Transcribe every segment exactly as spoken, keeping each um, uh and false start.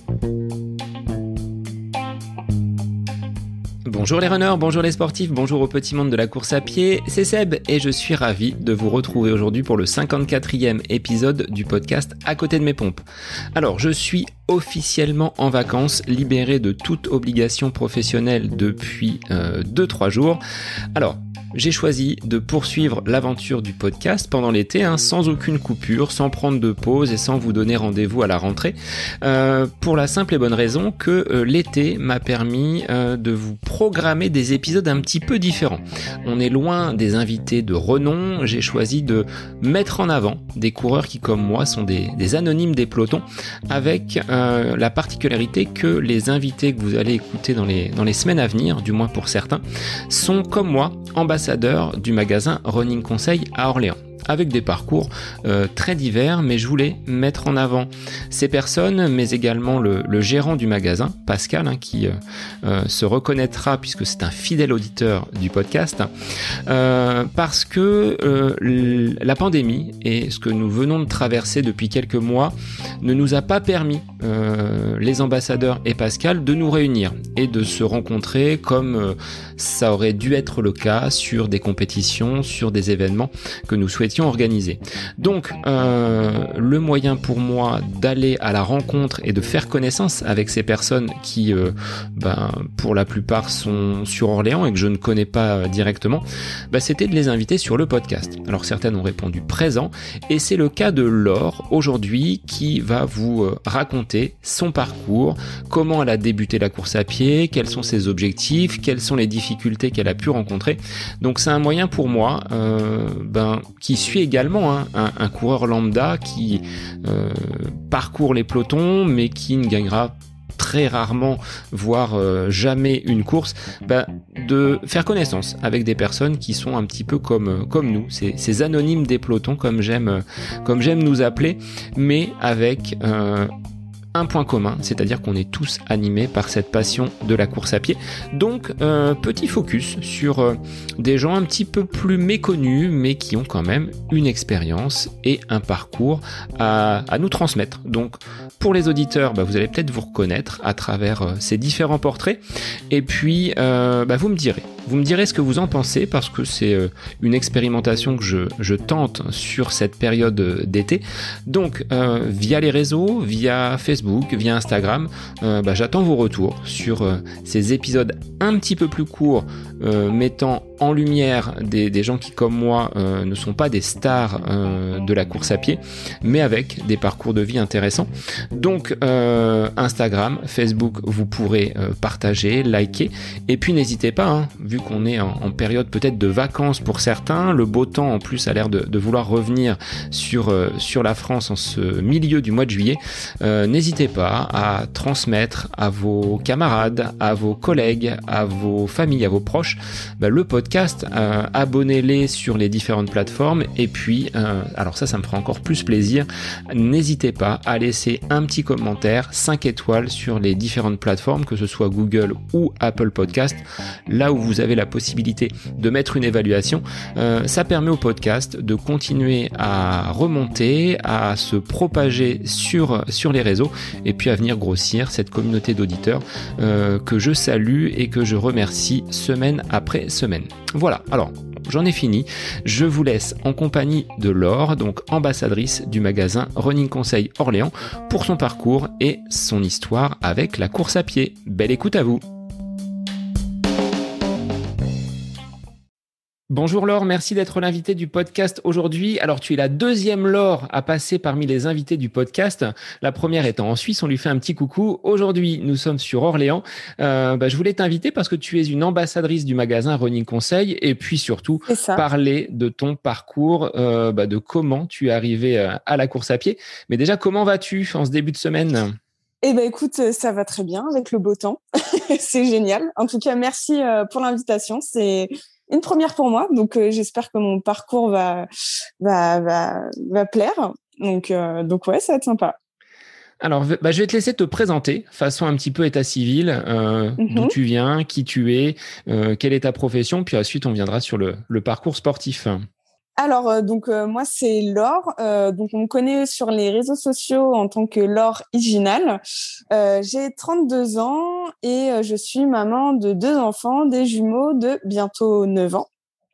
Bonjour les runners, bonjour les sportifs, bonjour au petit monde de la course à pied, c'est Seb et je suis ravi de vous retrouver aujourd'hui pour le cinquante-quatrième épisode du podcast À côté de mes pompes. Alors je suis officiellement en vacances, libéré de toute obligation professionnelle depuis euh, deux trois jours. Alors, j'ai choisi de poursuivre l'aventure du podcast pendant l'été, hein, sans aucune coupure, sans prendre de pause et sans vous donner rendez-vous à la rentrée, euh, pour la simple et bonne raison que euh, l'été m'a permis euh, de vous programmer des épisodes un petit peu différents. On est loin des invités de renom, j'ai choisi de mettre en avant des coureurs qui, comme moi, sont des, des anonymes des pelotons, avec euh, la particularité que les invités que vous allez écouter dans les, dans les semaines à venir, du moins pour certains, sont comme moi, ambassadeurs du magasin Running Conseil à Orléans, avec des parcours euh, très divers, mais je voulais mettre en avant ces personnes, mais également le, le gérant du magasin, Pascal, hein, qui euh, euh, se reconnaîtra puisque c'est un fidèle auditeur du podcast, euh, parce que euh, la pandémie et ce que nous venons de traverser depuis quelques mois ne nous a pas permis, euh, les ambassadeurs et Pascal, de nous réunir et de se rencontrer comme euh, ça aurait dû être le cas sur des compétitions, sur des événements que nous souhaitions organisé. Donc, euh, le moyen pour moi d'aller à la rencontre et de faire connaissance avec ces personnes qui, euh, ben, pour la plupart sont sur Orléans et que je ne connais pas directement, ben, c'était de les inviter sur le podcast. Alors, certaines ont répondu présent et c'est le cas de Laure aujourd'hui qui va vous euh, raconter son parcours, comment elle a débuté la course à pied, quels sont ses objectifs, quelles sont les difficultés qu'elle a pu rencontrer. Donc, c'est un moyen pour moi, euh, ben, qui suis également hein, un, un coureur lambda qui euh, parcourt les pelotons mais qui ne gagnera très rarement, voire euh, jamais une course, bah, de faire connaissance avec des personnes qui sont un petit peu comme, comme nous, ces, ces anonymes des pelotons comme j'aime, comme j'aime nous appeler, mais avec euh, un point commun, c'est-à-dire qu'on est tous animés par cette passion de la course à pied. Donc, euh, petit focus sur euh, des gens un petit peu plus méconnus, mais qui ont quand même une expérience et un parcours à, à nous transmettre. Donc, pour les auditeurs, bah, vous allez peut-être vous reconnaître à travers euh, ces différents portraits. Et puis, euh, bah, vous me direz. Vous me direz ce que vous en pensez, parce que c'est euh, une expérimentation que je, je tente sur cette période d'été. Donc, euh, via les réseaux, via Facebook, via Instagram, euh, bah, j'attends vos retours sur euh, ces épisodes un petit peu plus courts, euh, mettant en lumière des, des gens qui, comme moi, euh, ne sont pas des stars euh, de la course à pied, mais avec des parcours de vie intéressants. Donc, euh, Instagram, Facebook, vous pourrez euh, partager, liker, et puis n'hésitez pas, hein, vu qu'on est en, en période peut-être de vacances pour certains, le beau temps en plus a l'air de, de vouloir revenir sur, euh, sur la France en ce milieu du mois de juillet, euh, n'hésitez pas à transmettre à vos camarades, à vos collègues, à vos familles, à vos proches, bah, le podcast. Euh, abonnez-les sur les différentes plateformes et puis, euh, alors ça, ça me fera encore plus plaisir, n'hésitez pas à laisser un petit commentaire, cinq étoiles sur les différentes plateformes, que ce soit Google ou Apple Podcast, là où vous avez la possibilité de mettre une évaluation. Euh, ça permet au podcast de continuer à remonter, à se propager sur, sur les réseaux et puis à venir grossir cette communauté d'auditeurs euh, que je salue et que je remercie semaine après semaine. Voilà, alors j'en ai fini, je vous laisse en compagnie de Laure, donc ambassadrice du magasin Running Conseil Orléans, pour son parcours et son histoire avec la course à pied. Belle écoute à vous. Bonjour Laure, merci d'être l'invitée du podcast aujourd'hui. Alors tu es la deuxième Laure à passer parmi les invités du podcast. La première étant en Suisse, on lui fait un petit coucou. Aujourd'hui, nous sommes sur Orléans. Euh, bah, je voulais t'inviter parce que tu es une ambassadrice du magasin Running Conseil et puis surtout parler de ton parcours, euh, bah, de comment tu es arrivée à la course à pied. Mais déjà, comment vas-tu en ce début de semaine ? Eh ben écoute, ça va très bien avec le beau temps. C'est génial. En tout cas, merci pour l'invitation. C'est une première pour moi, donc euh, j'espère que mon parcours va va va, va plaire. Donc euh, donc ouais, ça va être sympa. Alors, bah, je vais te laisser te présenter façon un petit peu état civil, euh, mm-hmm. d'où tu viens, qui tu es, euh, quelle est ta profession, puis ensuite on viendra sur le, le parcours sportif. Alors, euh, donc euh, moi, c'est Laure. Euh, donc, on me connaît sur les réseaux sociaux en tant que Laure Higinal. Euh, j'ai trente-deux ans et euh, je suis maman de deux enfants, des jumeaux de bientôt neuf ans.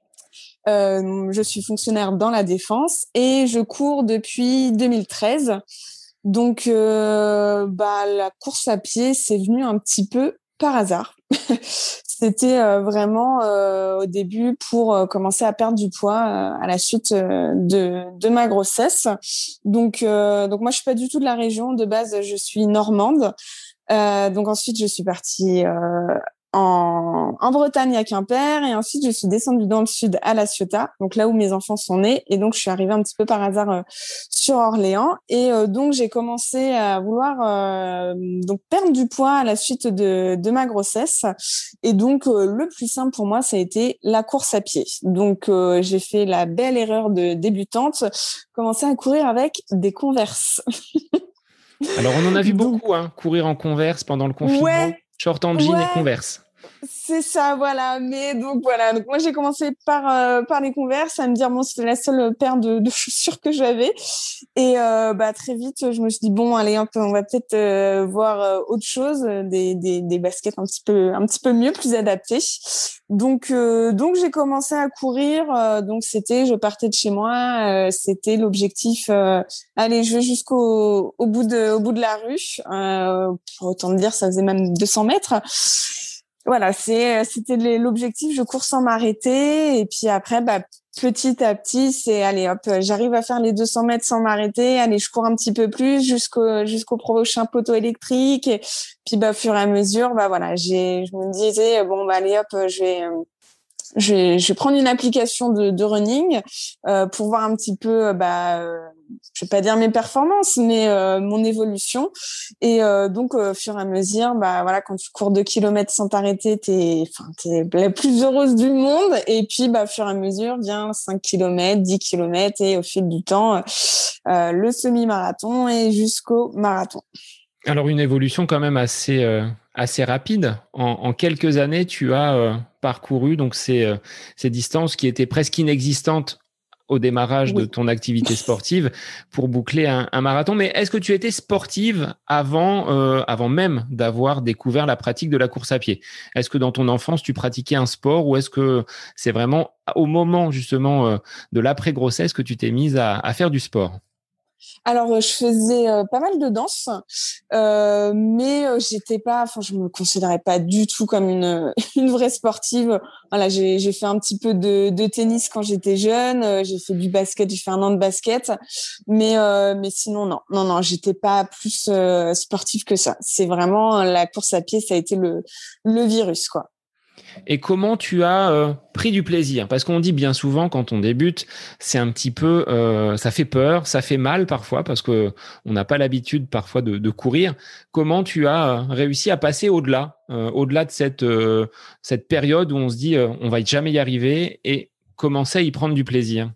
Euh, je suis fonctionnaire dans la défense et je cours depuis deux mille treize. Donc, euh, bah, la course à pied, c'est venu un petit peu par hasard. C'était euh, vraiment euh, au début pour euh, commencer à perdre du poids euh, à la suite euh, de, de ma grossesse. Donc, euh, donc moi, je suis pas du tout de la région. De base, je suis normande. Euh, donc ensuite, je suis partie euh, en, en Bretagne à Quimper et ensuite je suis descendue dans le sud à La Ciotat, donc là où mes enfants sont nés. Et donc je suis arrivée un petit peu par hasard euh, sur Orléans et euh, donc j'ai commencé à vouloir euh, donc perdre du poids à la suite de, de ma grossesse. Et donc euh, le plus simple pour moi, ça a été la course à pied. Donc euh, j'ai fait la belle erreur de débutante, commencer à courir avec des Converse. Alors, on en a vu Donc, beaucoup, hein, courir en Converse pendant le confinement, ouais, short en jean et ouais, Converse. c'est ça, voilà. Mais donc voilà. Donc moi j'ai commencé par euh, par les Converse à me dire bon c'était la seule paire de, de chaussures que j'avais et euh, bah très vite je me suis dit bon allez un peu on va peut-être euh, voir euh, autre chose, des, des des baskets un petit peu un petit peu mieux, plus adaptées. Donc euh, donc j'ai commencé à courir. Euh, donc c'était je partais de chez moi. Euh, c'était l'objectif. Euh, allez je vais jusqu'au au bout de au bout de la rue. Euh, pour autant dire ça faisait même deux cents mètres. Voilà, c'est c'était l'objectif. Je cours sans m'arrêter et puis après, bah petit à petit, c'est allez hop, j'arrive à faire les deux cents mètres sans m'arrêter. Allez, je cours un petit peu plus jusqu'au jusqu'au prochain poteau électrique. Et puis bah au fur et à mesure, bah voilà, j'ai je me disais bon bah allez hop, je vais je vais, je vais prendre une application de, de running euh, pour voir un petit peu, bah, euh, je vais pas dire mes performances, mais euh, mon évolution. Et euh, donc, euh, au fur et à mesure, bah voilà, quand tu cours deux kilomètres sans t'arrêter, t'es, enfin, t'es la plus heureuse du monde. Et puis, bah, au fur et à mesure, vient cinq kilomètres, dix kilomètres, et au fil du temps, euh, le semi-marathon et jusqu'au marathon. Alors, une évolution quand même assez, euh, assez rapide. En, en quelques années, tu as euh, parcouru donc ces, euh, ces distances qui étaient presque inexistantes au démarrage de Oui. ton activité sportive pour boucler un, un marathon. Mais est-ce que tu étais sportive avant, euh, avant même d'avoir découvert la pratique de la course à pied? Est-ce que dans ton enfance, tu pratiquais un sport ou est-ce que c'est vraiment au moment justement euh, de l'après-grossesse que tu t'es mise à, à faire du sport? Alors, euh, je faisais euh, pas mal de danse, euh, mais euh, j'étais pas, enfin, je me considérais pas du tout comme une une vraie sportive. Voilà, j'ai j'ai fait un petit peu de de tennis quand j'étais jeune, euh, j'ai fait du basket, j'ai fait un an de basket, mais euh, mais sinon non, non non, j'étais pas plus euh, sportive que ça. C'est vraiment la course à pied, ça a été le le virus quoi. Et comment tu as euh, pris du plaisir? Parce qu'on dit bien souvent quand on débute, c'est un petit peu, euh, ça fait peur, ça fait mal parfois parce que on n'a pas l'habitude parfois de, de courir. Comment tu as euh, réussi à passer au-delà, euh, au-delà de cette euh, cette période où on se dit euh, on va jamais y arriver et commencer à y prendre du plaisir?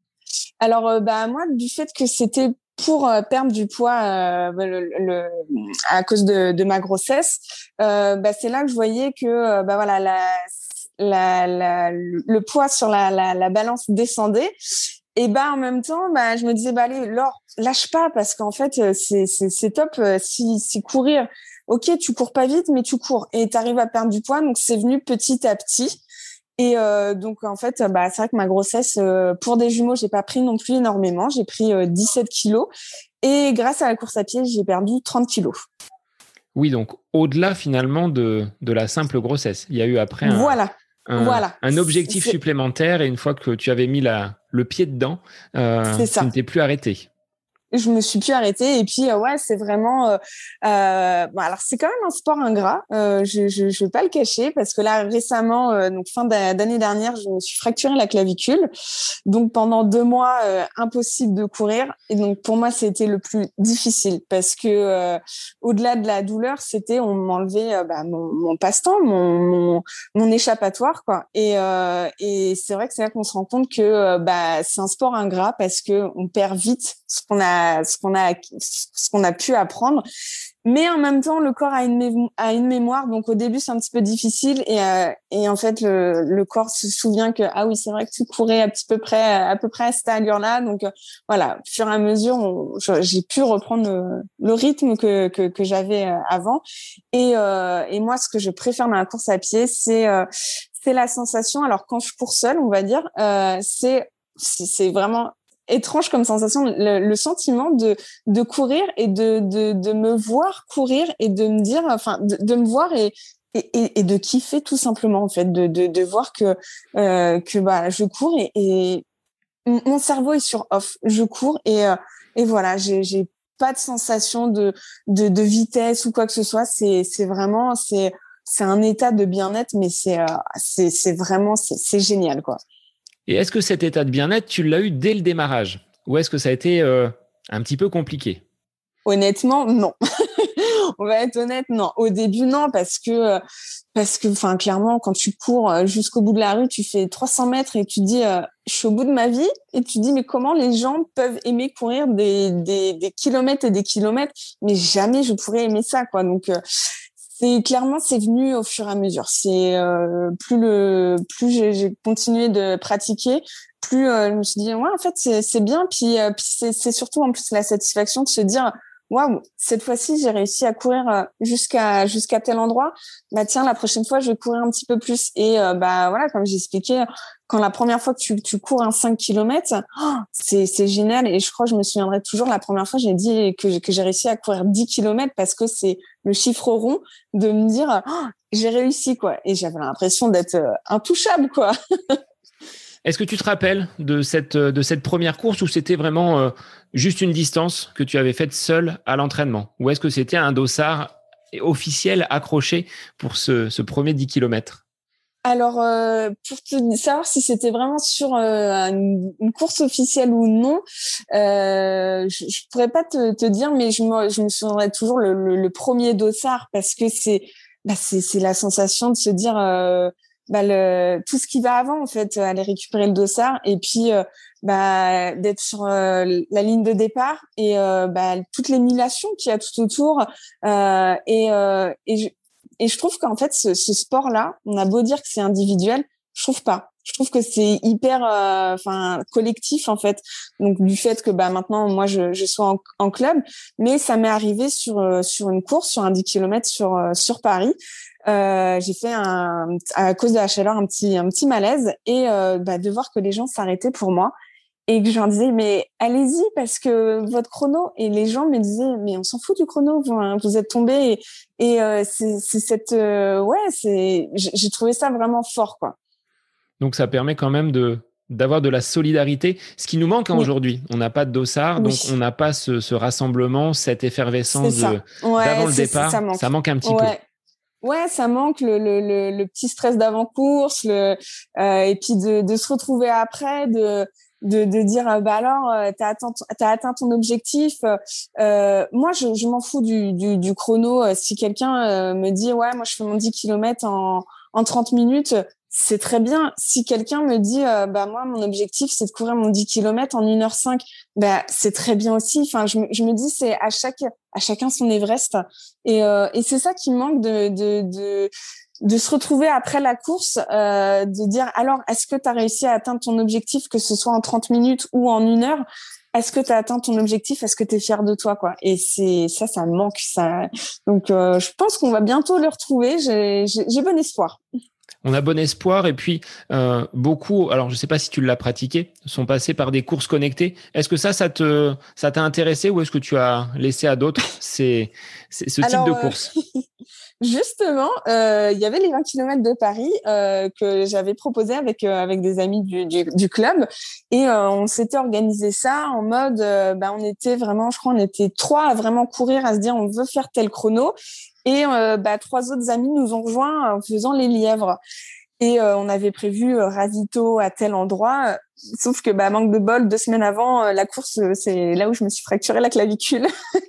Alors, euh, bah moi, du fait que c'était pour euh, perdre du poids euh, le, le, à cause de, de ma grossesse, euh, bah, c'est là que je voyais que euh, bah voilà la, la, la, le poids sur la, la, la balance descendait. Et bah en même temps, bah je me disais bah allez Laure, lâche pas parce qu'en fait euh, c'est c'est c'est top euh, si si courir. Ok, tu cours pas vite, mais tu cours et tu arrives à perdre du poids. Donc c'est venu petit à petit. Et euh, donc en fait, bah c'est vrai que ma grossesse, euh, pour des jumeaux, j'ai pas pris non plus énormément. J'ai pris euh, dix-sept kilos et grâce à la course à pied, j'ai perdu trente kilos. Oui, donc au-delà finalement de de la simple grossesse, il y a eu après un Voilà, un, voilà, un objectif c'est supplémentaire et une fois que tu avais mis la le pied dedans, euh, c'est tu ne ça. t'es plus arrêté. Je me suis plus arrêtée et puis euh, ouais c'est vraiment euh, euh, bon, alors c'est quand même un sport ingrat, euh, je, je je vais pas le cacher parce que là récemment euh, donc fin d'année dernière je me suis fracturé la clavicule, donc pendant deux mois euh, impossible de courir et donc pour moi c'était le plus difficile parce que euh, au-delà de la douleur c'était on m'enlevait euh, bah, mon, mon passe-temps, mon, mon mon échappatoire quoi et euh, et c'est vrai que c'est là qu'on se rend compte que euh, bah c'est un sport ingrat parce que on perd vite ce qu'on a a, ce qu'on a, ce qu'on a pu apprendre. Mais en même temps, le corps a une, mé- a une mémoire. Donc, au début, c'est un petit peu difficile. Et, euh, et en fait, le, le corps se souvient que, ah oui, c'est vrai que tu courais à petit peu près, à peu près à cette allure-là. Donc, euh, voilà, au fur et à mesure, on, je- j'ai pu reprendre le, le rythme que, que, que j'avais euh, avant. Et, euh, et moi, ce que je préfère dans la course à pied, c'est, euh, c'est la sensation. Alors, quand je cours seule, on va dire, euh, c'est, c'est, c'est vraiment étrange comme sensation, le, le sentiment de de courir et de de de me voir courir et de me dire, enfin, de, de me voir et et, et, et de kiffer tout simplement en fait, de de de voir que euh, que bah je cours et, et mon cerveau est sur off, je cours et euh, et voilà, j'ai j'ai pas de sensation de de de vitesse ou quoi que ce soit, c'est c'est vraiment c'est c'est un état de bien-être, mais c'est euh, c'est c'est vraiment c'est c'est génial quoi. Et est-ce que cet état de bien-être, tu l'as eu dès le démarrage? Ou est-ce que ça a été euh, un petit peu compliqué? Honnêtement, non. On va être honnête, non. Au début, non, parce que, euh, parce que, enfin, clairement, quand tu cours euh, jusqu'au bout de la rue, tu fais trois cents mètres et tu dis, euh, je suis au bout de ma vie. Et tu dis, mais comment les gens peuvent aimer courir des, des, des kilomètres et des kilomètres? Mais jamais je pourrais aimer ça, quoi. Donc, euh, c'est clairement, c'est venu au fur et à mesure. C'est euh, plus le, plus j'ai, j'ai continué de pratiquer, plus euh, je me suis dit, ouais, en fait, c'est, c'est bien. Puis, euh, puis c'est, c'est surtout en plus la satisfaction de se dire, waouh, cette fois-ci, j'ai réussi à courir euh, jusqu'à jusqu'à tel endroit. Bah tiens, la prochaine fois, je vais courir un petit peu plus. Et euh, bah voilà, comme j'ai expliqué, quand la première fois que tu, tu cours un cinq kilomètres, oh, c'est c'est génial. Et je crois que je me souviendrai toujours, la première fois, j'ai dit que, j'ai- que j'ai réussi à courir dix kilomètres parce que c'est le chiffre rond de me dire, oh, j'ai réussi, quoi. Et j'avais l'impression d'être euh, intouchable, quoi. Est-ce que tu te rappelles de cette, de cette première course où c'était vraiment euh, juste une distance que tu avais faite seule à l'entraînement? Ou est-ce que c'était un dossard officiel accroché pour ce, ce premier dix kilomètres? Alors, euh, pour te savoir si c'était vraiment sur euh, une, une course officielle ou non, euh, je, je pourrais pas te, te dire, mais je me, je me souviendrai toujours le, le, le premier dossard parce que c'est, bah, c'est, c'est la sensation de se dire, euh, bah, le, tout ce qui va avant en fait, aller récupérer le dossard et puis euh, bah, d'être sur euh, la ligne de départ et euh, bah, toute l'émulation qu'il y a tout autour euh, et, euh, et je, et je trouve qu'en fait, ce, ce sport-là, on a beau dire que c'est individuel, je trouve pas. Je trouve que c'est hyper, euh, enfin, collectif en fait. Donc du fait que bah maintenant moi je, je sois en, en club, mais ça m'est arrivé sur euh, sur une course sur un dix kilomètres sur euh, sur Paris. Euh, j'ai fait un à cause de la chaleur un petit un petit malaise et euh, bah, de voir que les gens s'arrêtaient pour moi et que je leur disais mais allez-y parce que votre chrono et les gens me disaient mais on s'en fout du chrono vous, hein, vous êtes tombés et, et euh, c'est, c'est cette euh, ouais c'est j'ai, j'ai trouvé ça vraiment fort quoi. Donc ça permet quand même de d'avoir de la solidarité, ce qui nous manque hein, Oui, aujourd'hui. On n'a pas de dossard, donc on oui, n'a pas ce, ce rassemblement, cette c'est effervescence de ça. Ouais, d'avant le c'est ça départ. manque. Ça manque un petit peu. Ouais. Ouais, ça manque le le le, le petit stress d'avant-course, le euh, et puis de de se retrouver après, de de de dire euh, bah alors euh, t'as atteint t'as atteint ton objectif. Euh, moi, je je m'en fous du du du chrono. Euh, Si quelqu'un euh, me dit ouais, moi je fais mon dix kilomètres en en trente minutes, c'est très bien. Si quelqu'un me dit euh, bah moi mon objectif c'est de courir mon dix kilomètres en une heure cinq, bah c'est très bien aussi. Enfin, je me je me dis c'est à chaque à chacun son Everest. Et, euh, et c'est ça qui manque de, de, de, de se retrouver après la course, euh, de dire alors, est-ce que tu as réussi à atteindre ton objectif, que ce soit en trente minutes ou en une heure? Est-ce que tu as atteint ton objectif? Est-ce que tu es fier de toi, quoi? Et c'est ça, ça manque. Ça. Donc, euh, je pense qu'on va bientôt le retrouver. J'ai, j'ai, j'ai bon espoir. On a bon espoir et puis euh, beaucoup, alors je ne sais pas si tu l'as pratiqué, sont passés par des courses connectées. Est-ce que ça, ça te, ça t'a intéressé ou est-ce que tu as laissé à d'autres ces, ces- ce type de Alors, euh, course? justement, euh, il y avait les vingt kilomètres de Paris euh, que j'avais proposé avec euh, avec des amis du, du, du club et euh, on s'était organisé ça en mode, euh, bah, on était vraiment, je crois, on était trois à vraiment courir à se dire on veut faire tel chrono et euh, bah, trois autres amis nous ont rejoints en faisant les lièvres. Et euh, on avait prévu euh, ravito à tel endroit, euh, sauf que bah manque de bol, deux semaines avant euh, la course, euh, c'est là où je me suis fracturé la clavicule.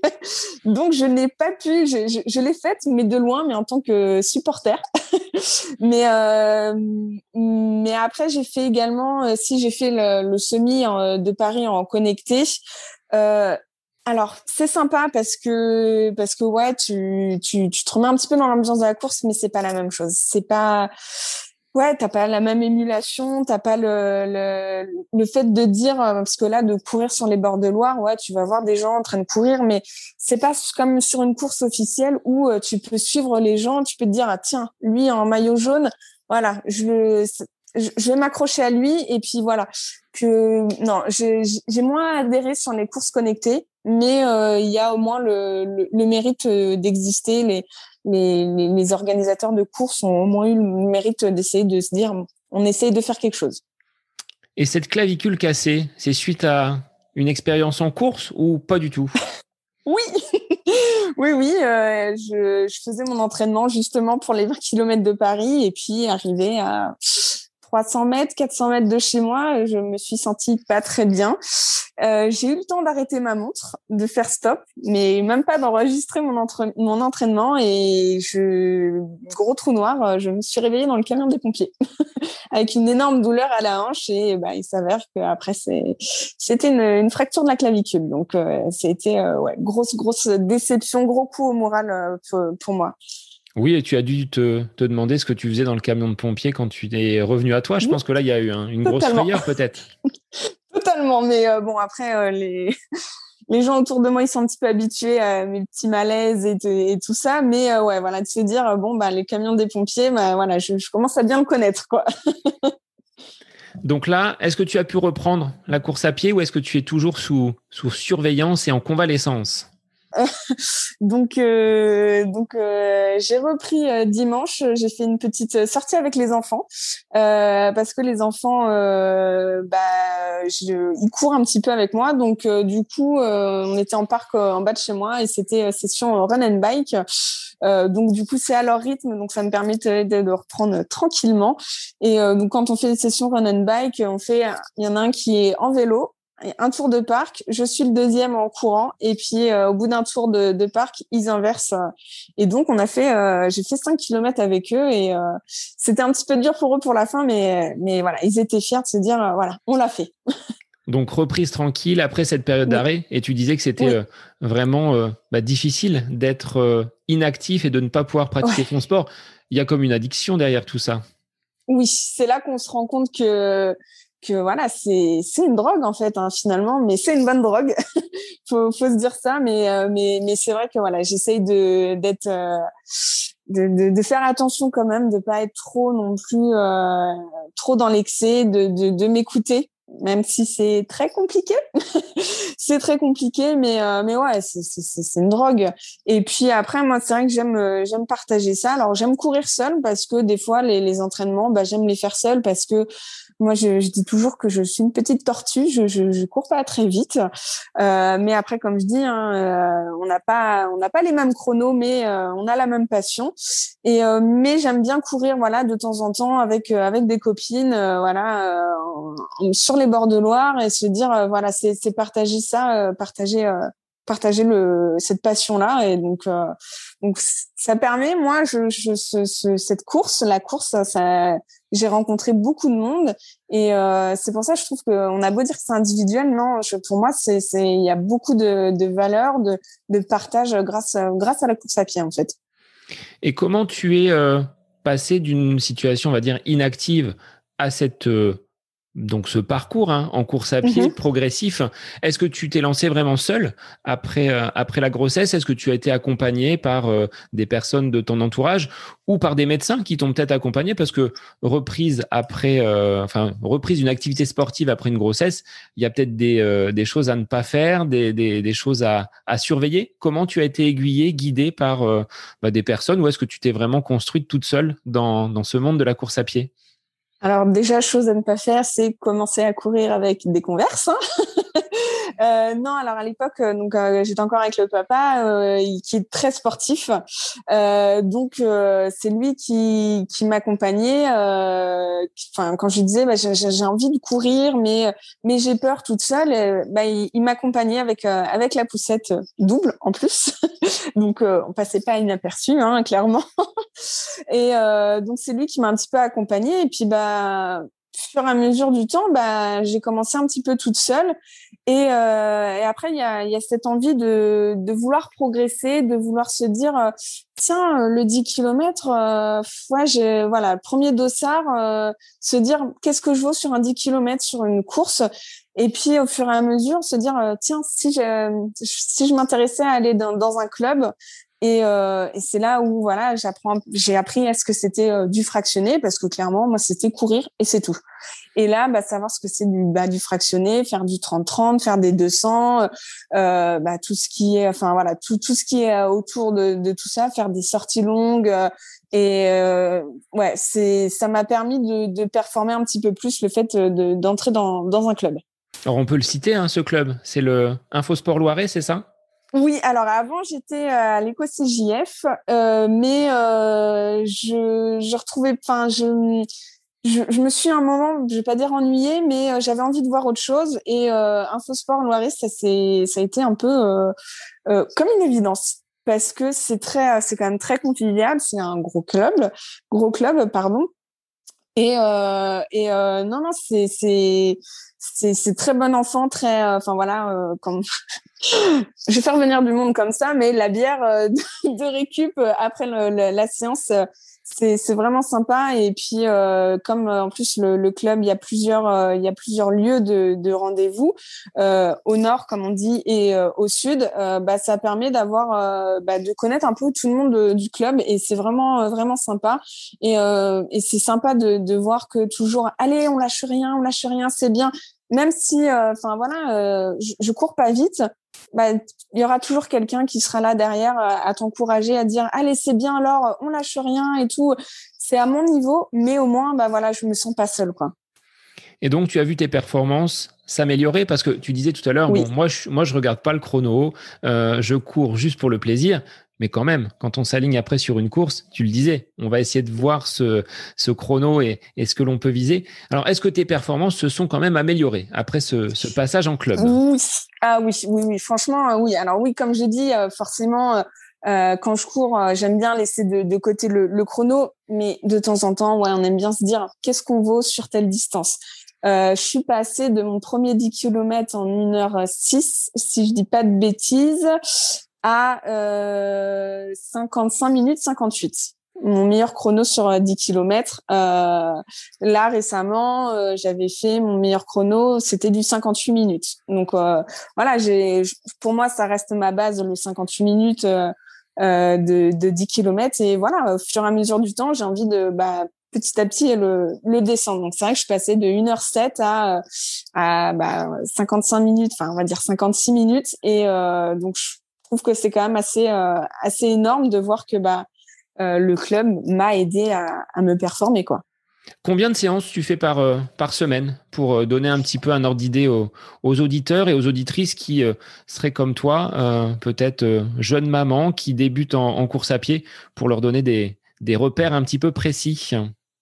Donc je n'ai pas pu, je, je, je l'ai faite, mais de loin, mais en tant que supporter. mais euh, mais après j'ai fait également, euh, si j'ai fait le, le semi en, de Paris en connecté. Euh, Alors, c'est sympa parce que parce que ouais, tu tu tu te remets un petit peu dans l'ambiance de la course, mais c'est pas la même chose. C'est pas ouais, t'as pas la même émulation, t'as pas le le le fait de dire euh, parce que là, de courir sur les bords de Loire, ouais, tu vas voir des gens en train de courir, mais c'est pas comme sur une course officielle où euh, tu peux suivre les gens, tu peux te dire ah tiens, lui en maillot jaune, voilà, je le je je vais m'accrocher à lui et puis voilà. Que non, j'ai j'ai moins adhéré sur les courses connectées, mais euh, il y a au moins le le, le mérite euh, d'exister. Les, les les les organisateurs de courses ont au moins eu le mérite d'essayer de se dire on essaye de faire quelque chose. Et cette clavicule cassée, c'est suite à une expérience en course ou pas du tout? Oui, oui, oui. Euh, je, je faisais mon entraînement justement pour les vingt kilomètres de Paris et puis arrivé à trois cents mètres, quatre cents mètres de chez moi, je me suis sentie pas très bien. Euh, j'ai eu le temps d'arrêter ma montre, de faire stop, mais même pas d'enregistrer mon, entre- mon entraînement et je, gros trou noir, je me suis réveillée dans le camion des pompiers avec une énorme douleur à la hanche et bah, il s'avère qu'après c'est, c'était une, une fracture de la clavicule. Donc euh, c'était euh, ouais, grosse, grosse déception, gros coup au moral euh, pour, pour moi. Oui, et tu as dû te, te demander ce que tu faisais dans le camion de pompier quand tu es revenu à toi. Je Mmh, pense que là, il y a eu un- une grosse totalement. frayeur peut-être. Totalement, mais euh, bon après euh, les les gens autour de moi ils sont un petit peu habitués à mes petits malaises et, et tout ça, mais euh, ouais voilà de se dire euh, bon bah les camions des pompiers, bah voilà je, je commence à bien le connaître quoi. Donc là, est-ce que tu as pu reprendre la course à pied ou est-ce que tu es toujours sous, sous surveillance et en convalescence? Donc, euh, donc euh, j'ai repris euh, dimanche. J'ai fait une petite sortie avec les enfants euh, parce que les enfants, euh, bah, je, ils courent un petit peu avec moi. Donc, euh, du coup, euh, on était en parc euh, en bas de chez moi et c'était euh, session run and bike. Euh, donc, du coup, c'est à leur rythme, donc ça me permet de, de, de reprendre tranquillement. Et euh, donc, quand on fait des sessions run and bike, on fait, il y en a un qui est en vélo. Un tour de parc, je suis le deuxième en courant et puis euh, au bout d'un tour de, de parc, ils inversent et donc on a fait, euh, j'ai fait cinq kilomètres avec eux et euh, c'était un petit peu dur pour eux pour la fin, mais mais voilà, ils étaient fiers de se dire euh, voilà, on l'a fait. Donc reprise tranquille après cette période Oui, d'arrêt et tu disais que c'était oui, euh, vraiment euh, bah, difficile d'être euh, inactif et de ne pas pouvoir pratiquer ouais. son sport. Il y a comme une addiction derrière tout ça. Oui, c'est là qu'on se rend compte que que voilà, c'est c'est une drogue en fait hein, finalement, mais c'est une bonne drogue. faut faut se dire ça, mais euh, mais mais c'est vrai que voilà, j'essaye de d'être euh, de, de de faire attention quand même, de pas être trop non plus euh, trop dans l'excès, de de de m'écouter, même si c'est très compliqué. C'est très compliqué, mais euh, mais ouais, c'est c'est c'est c'est une drogue. Et puis après, moi, c'est vrai que j'aime euh, j'aime partager ça. Alors j'aime courir seule parce que des fois les les entraînements, bah j'aime les faire seule parce que moi je, je dis toujours que je suis une petite tortue, je je, je cours pas très vite. Euh, mais après, comme je dis, hein, euh, on n'a pas on n'a pas les mêmes chronos, mais euh, on a la même passion. Et euh, mais j'aime bien courir, voilà, de temps en temps avec euh, avec des copines, euh, voilà, euh, en- sur les bords de Loire et se dire, euh, voilà, c'est c'est partager ça, euh, partager euh, partager le cette passion-là. Et donc euh, donc ça permet, moi, je, je ce, ce- cette course, la course, ça, ça- j'ai rencontré beaucoup de monde et euh, c'est pour ça que je trouve qu'on a beau dire que c'est individuel, non, je, pour moi, c'est c'est il y a beaucoup de de valeur, de de partage grâce grâce à la course à pied en fait. Et comment tu es euh, passé d'une situation, on va dire, inactive à cette, euh, donc ce parcours hein, en course à pied Mhm. progressif? Est-ce que tu t'es lancé vraiment seul après, euh, après la grossesse? Est-ce que tu as été accompagné par euh, des personnes de ton entourage ou par des médecins qui t'ont peut-être accompagné? Parce que reprise après, euh, enfin, reprise d'une activité sportive après une grossesse, il y a peut-être des, euh, des choses à ne pas faire, des, des, des choses à, à surveiller. Comment tu as été aiguillé, guidé par euh, bah, des personnes ou est-ce que tu t'es vraiment construite toute seule dans, dans ce monde de la course à pied? Alors déjà, chose à ne pas faire, c'est commencer à courir avec des Converse. Hein. Euh, non, alors à l'époque, euh, donc euh, j'étais encore avec le papa, euh, il- qui est très sportif. Euh, donc euh, c'est lui qui qui m'accompagnait. euh, qui- Enfin, quand je lui disais, bah, j'ai j'ai- j'ai envie de courir, mais mais j'ai peur toute seule, euh, bah, il, il m'accompagnait avec euh, avec la poussette double en plus. Donc euh, on passait pas inaperçu, hein, clairement. Et euh, donc c'est lui qui m'a un petit peu accompagnée. Et puis bah, au fur et à mesure du temps, bah, j'ai commencé un petit peu toute seule. Et, euh, et après, il y a, il y a cette envie de, de vouloir progresser, de vouloir se dire, euh, tiens, le dix kilomètres, euh, ouais, j'ai, voilà, premier dossard, euh, se dire, qu'est-ce que je vaux sur un dix kilomètres, sur une course? Et puis, au fur et à mesure, se dire, euh, tiens, si je, si je m'intéressais à aller dans, dans un club, et, euh, et c'est là où voilà, j'apprends, j'ai appris à ce que c'était euh, du fractionné, parce que clairement, moi, c'était courir et c'est tout. Et là, bah, savoir ce que c'est du, bah, du fractionné, faire du trente trente, faire des deux cents, euh, bah, tout ce qui est, enfin voilà, tout tout ce qui est autour de, de tout ça, faire des sorties longues. Euh, et euh, ouais, c'est, ça m'a permis de, de performer un petit peu plus, le fait de, d'entrer dans dans un club. Alors, on peut le citer, hein, ce club. C'est le Infosport Loiret, c'est ça? Oui, alors avant j'étais à l'Éco-C J F, euh, mais euh, je je retrouvais, enfin je, je je me suis à un moment, je vais pas dire ennuyée, mais euh, j'avais envie de voir autre chose et euh, Infosport Loiret, ça c'est ça a été un peu euh, euh, comme une évidence parce que c'est très c'est quand même très convivial, c'est un gros club, gros club pardon. Et euh, et euh, non non c'est c'est c'est c'est très bon enfant, très enfin euh, voilà euh, comme je vais faire venir du monde comme ça, mais la bière euh, de, de récup euh, après le, le, la séance, euh, c'est c'est vraiment sympa. Et puis euh, comme euh, en plus le, le club, il y a plusieurs euh, il y a plusieurs lieux de, de rendez-vous euh, au nord comme on dit et euh, au sud, euh, bah ça permet d'avoir euh, bah, de connaître un peu tout le monde de, du club et c'est vraiment euh, vraiment sympa. Et euh, et c'est sympa de de voir que toujours allez on lâche rien on lâche rien c'est bien. Même si, enfin euh, voilà, euh, je, je cours pas vite, bah il y aura toujours quelqu'un qui sera là derrière à, à t'encourager, à dire allez c'est bien alors, on lâche rien et tout. C'est à mon niveau, mais au moins bah voilà, je me sens pas seule quoi. Et donc tu as vu tes performances s'améliorer parce que tu disais tout à l'heure, Oui. bon moi je moi je regarde pas le chrono, euh, je cours juste pour le plaisir. Mais quand même, quand on s'aligne après sur une course, tu le disais, on va essayer de voir ce, ce chrono et, et ce que l'on peut viser. Alors, est-ce que tes performances se sont quand même améliorées après ce, ce passage en club? Oui, ah oui, oui, oui, franchement, oui. Alors oui, comme je dis, forcément, euh, quand je cours, j'aime bien laisser de, de côté le, le chrono, mais de temps en temps, ouais, on aime bien se dire qu'est-ce qu'on vaut sur telle distance. Euh, je suis passée de mon premier dix kilomètres en une heure six, si je dis pas de bêtises, à euh, cinquante-cinq minutes cinquante-huit. Mon meilleur chrono sur dix kilomètres. Euh, là, récemment, euh, j'avais fait mon meilleur chrono, c'était du cinquante-huit minutes. Donc, euh, voilà, j'ai, pour moi, ça reste ma base, le cinquante-huit minutes euh, euh, de, de dix kilomètres. Et voilà, au fur et à mesure du temps, j'ai envie de... Bah, petit à petit le, le descendre. Donc c'est vrai que je passais de une heure sept à, à bah, cinquante-cinq minutes, enfin on va dire cinquante-six minutes. Et euh, donc je trouve que c'est quand même assez, euh, assez énorme de voir que bah, euh, le club m'a aidé à, à me performer, quoi. Combien de séances tu fais par, euh, par semaine pour euh, donner un petit peu un ordre d'idée aux, aux auditeurs et aux auditrices qui euh, seraient comme toi, euh, peut-être euh, jeunes mamans qui débutent en, en course à pied pour leur donner des, des repères un petit peu précis?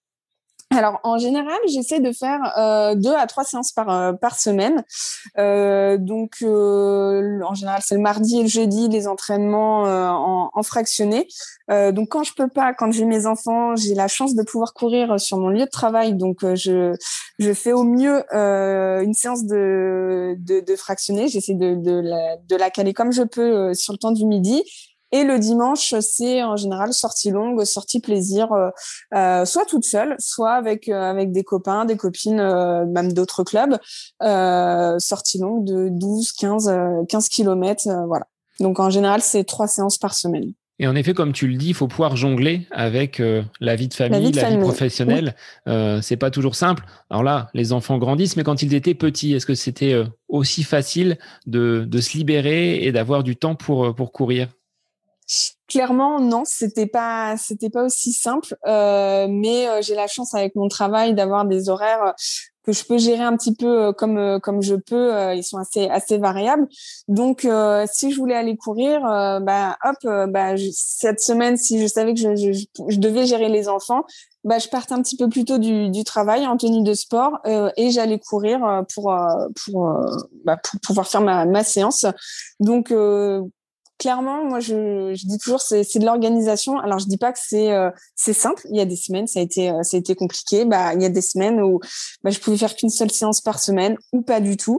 Alors, en général, j'essaie de faire euh, deux à trois séances par euh, par semaine. Euh, donc, euh, en général, c'est le mardi et le jeudi, les entraînements euh, en, en fractionné. Euh, donc, quand je peux pas, quand j'ai mes enfants, j'ai la chance de pouvoir courir sur mon lieu de travail. Donc, euh, je je fais au mieux euh, une séance de de, de fractionné. J'essaie de de la, de la caler comme je peux euh, sur le temps du midi. Et le dimanche, c'est en général sortie longue, sortie plaisir, euh, euh, soit toute seule, soit avec euh, avec des copains, des copines, euh, même d'autres clubs. Euh, sortie longue de douze, quinze, quinze kilomètres, euh, voilà. Donc en général, c'est trois séances par semaine. Et en effet, comme tu le dis, il faut pouvoir jongler avec euh, la vie de famille, la vie, de la famille. vie professionnelle. Oui. Euh, c'est pas toujours simple. Alors là, les enfants grandissent, mais quand ils étaient petits, est-ce que c'était euh, aussi facile de, de se libérer et d'avoir du temps pour, pour courir? Clairement, non, c'était pas, c'était pas aussi simple. Euh, mais euh, j'ai la chance avec mon travail d'avoir des horaires que je peux gérer un petit peu comme euh, comme je peux. Euh, ils sont assez assez variables. Donc, euh, si je voulais aller courir, euh, bah hop, euh, bah je, cette semaine, si je savais que je, je, je devais gérer les enfants, bah je partais un petit peu plus tôt du, du travail en tenue de sport euh, et j'allais courir pour pour bah, pour pouvoir faire ma ma séance. Donc euh, clairement, moi, je, je dis toujours, c'est, c'est de l'organisation. Alors, je dis pas que c'est, euh, c'est simple. Il y a des semaines, ça a été, euh, ça a été compliqué. Bah, il y a des semaines où bah, je pouvais faire qu'une seule séance par semaine ou pas du tout.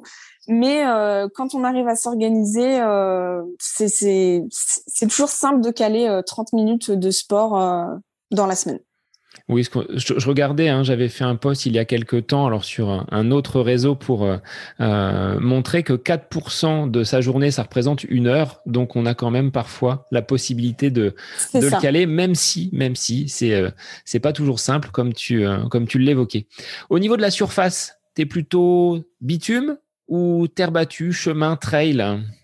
mais euh, quand on arrive à s'organiser, euh, c'est, c'est, c'est toujours simple de caler euh, trente minutes de sport euh, dans la semaine. Oui, ce que- je, je regardais, hein, j'avais fait un post il y a quelques temps, alors sur un, un autre réseau pour euh, euh, montrer que quatre pour cent de sa journée, ça représente une heure. Donc, on a quand même parfois la possibilité de, C'est de le ça. caler, même si, même si c'est euh, c'est pas toujours simple, comme tu, euh, comme tu l'évoquais. Au niveau de la surface, t'es plutôt bitume ou terre battue, chemin, trail?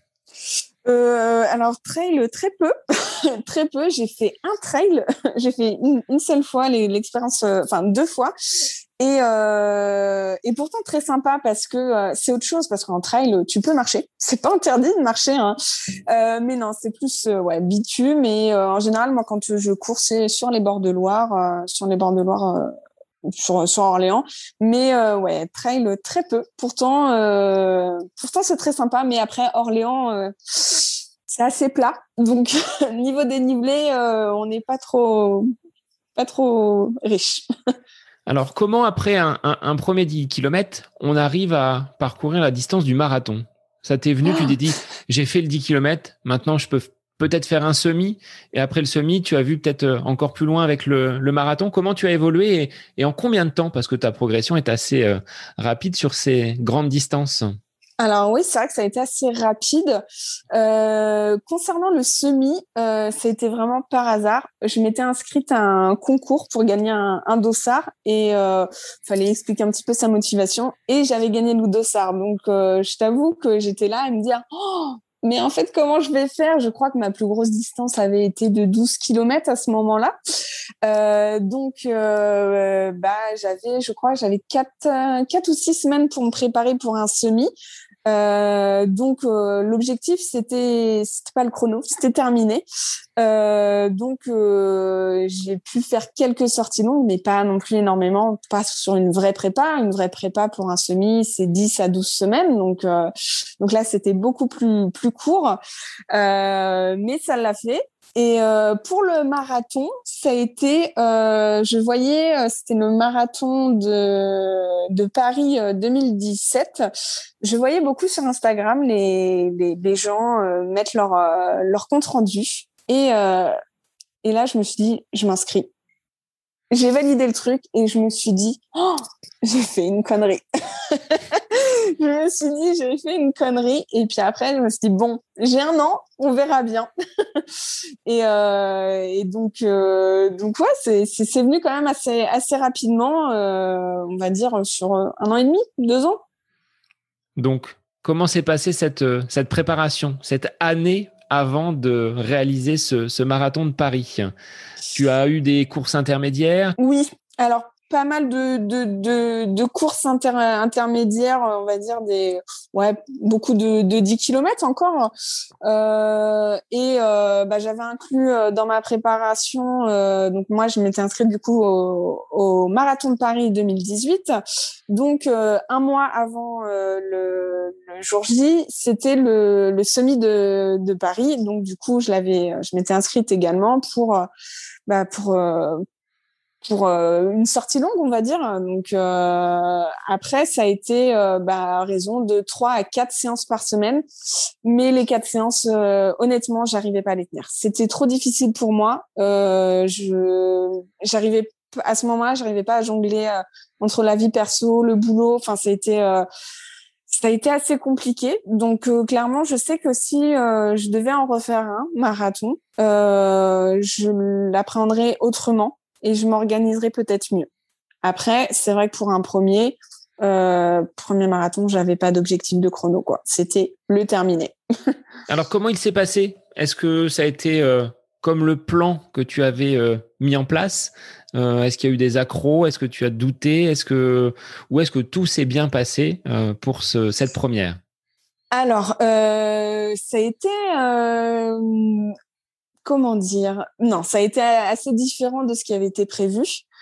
Euh, alors trail très peu, très peu. J'ai fait un trail, j'ai fait une, une seule fois les- l'expérience, euh, enfin deux fois, et euh, et pourtant très sympa parce que euh, c'est autre chose parce qu'en trail tu peux marcher, c'est pas interdit de marcher, hein. Euh, mais non c'est plus euh, ouais bitume et euh, en général moi quand je cours c'est sur les bords de Loire, euh, sur les bords de Loire. Euh, sur, sur Orléans, mais euh, ouais, trail très peu. Pourtant, euh, pourtant c'est très sympa, mais après Orléans, euh, c'est assez plat, donc niveau dénivelé, euh, on n'est pas trop, pas trop riche. Alors, comment après un, un, un premier dix kilomètres, on arrive à parcourir la distance du marathon? Ça t'est venu, tu t'es dit, j'ai fait le dix kilomètres, maintenant je peux f- peut-être faire un semi, et après le semi, tu as vu peut-être euh, encore plus loin avec le, le marathon. Comment tu as évolué et, et en combien de temps? Parce que ta progression est assez euh, rapide sur ces grandes distances. Alors oui, c'est vrai que ça a été assez rapide. Euh, concernant le semi, euh, ça a été vraiment par hasard. Je m'étais inscrite à un concours pour gagner un, un dossard et euh, fallait expliquer un petit peu sa motivation. Et j'avais gagné le dossard. Donc euh, je t'avoue que j'étais là à me dire, oh, mais en fait, comment je vais faire? Je crois que ma plus grosse distance avait été de douze kilomètres à ce moment-là. Euh, donc, euh, bah, j'avais, je crois, j'avais quatre, euh, quatre ou six semaines pour me préparer pour un semi. Euh, donc euh, l'objectif c'était c'était pas le chrono, c'était terminé. Euh, donc euh, j'ai pu faire quelques sorties longues, mais pas non plus énormément, pas sur une vraie prépa. Une vraie prépa pour un semi, c'est dix à douze semaines, donc euh, donc là c'était beaucoup plus plus court, euh, mais ça l'a fait. Et euh, pour le marathon, ça a été, euh, je voyais, euh, c'était le marathon de de Paris euh, deux mille dix-sept. Je voyais beaucoup sur Instagram les les, les gens euh, mettre leur euh, leur compte rendu. Et euh, et là, je me suis dit, je m'inscris. J'ai validé le truc et je me suis dit, oh, j'ai fait une connerie. Je me suis dit, j'ai fait une connerie. Et puis après, je me suis dit, bon, j'ai un an, on verra bien. Et, euh, et donc, euh, donc ouais, c'est, c'est, c'est venu quand même assez, assez rapidement, euh, on va dire sur un an et demi, deux ans. Donc, comment s'est passée cette, euh, cette préparation, cette année avant de réaliser ce, ce marathon de Paris? Tu as eu des courses intermédiaires? Oui, alors pas mal de, de, de, de courses inter, intermédiaires, on va dire des ouais beaucoup de, de dix kilomètres encore. Euh, et euh, bah, j'avais inclus euh, dans ma préparation, euh, donc moi je m'étais inscrite du coup au, au marathon de Paris deux mille dix-huit. Donc euh, un mois avant euh, le, le jour J, c'était le, le semi de, de Paris. Donc du coup je l'avais, je m'étais inscrite également pour bah, pour euh, pour euh, une sortie longue, on va dire. Donc euh, après, ça a été euh, bah, à raison de trois à quatre séances par semaine. Mais les quatre séances, euh, honnêtement, j'arrivais pas à les tenir. C'était trop difficile pour moi. Euh, je j'arrivais à ce moment-là, j'arrivais pas à jongler euh, entre la vie perso, le boulot. Enfin, ça a été euh, ça a été assez compliqué. Donc euh, clairement, je sais que si euh, je devais en refaire un marathon, euh, je l'apprendrais autrement et je m'organiserais peut-être mieux. Après, c'est vrai que pour un premier euh, premier marathon, j'avais pas d'objectif de chrono, quoi. C'était le terminer. Alors, comment il s'est passé? Est-ce que ça a été euh, comme le plan que tu avais euh, mis en place? Euh, est-ce qu'il y a eu des accros? Est-ce que tu as douté? Est-ce que ou est-ce que tout s'est bien passé euh, pour ce, cette première? Alors, euh, ça a été euh, comment dire? Non, ça a été assez différent de ce qui avait été prévu.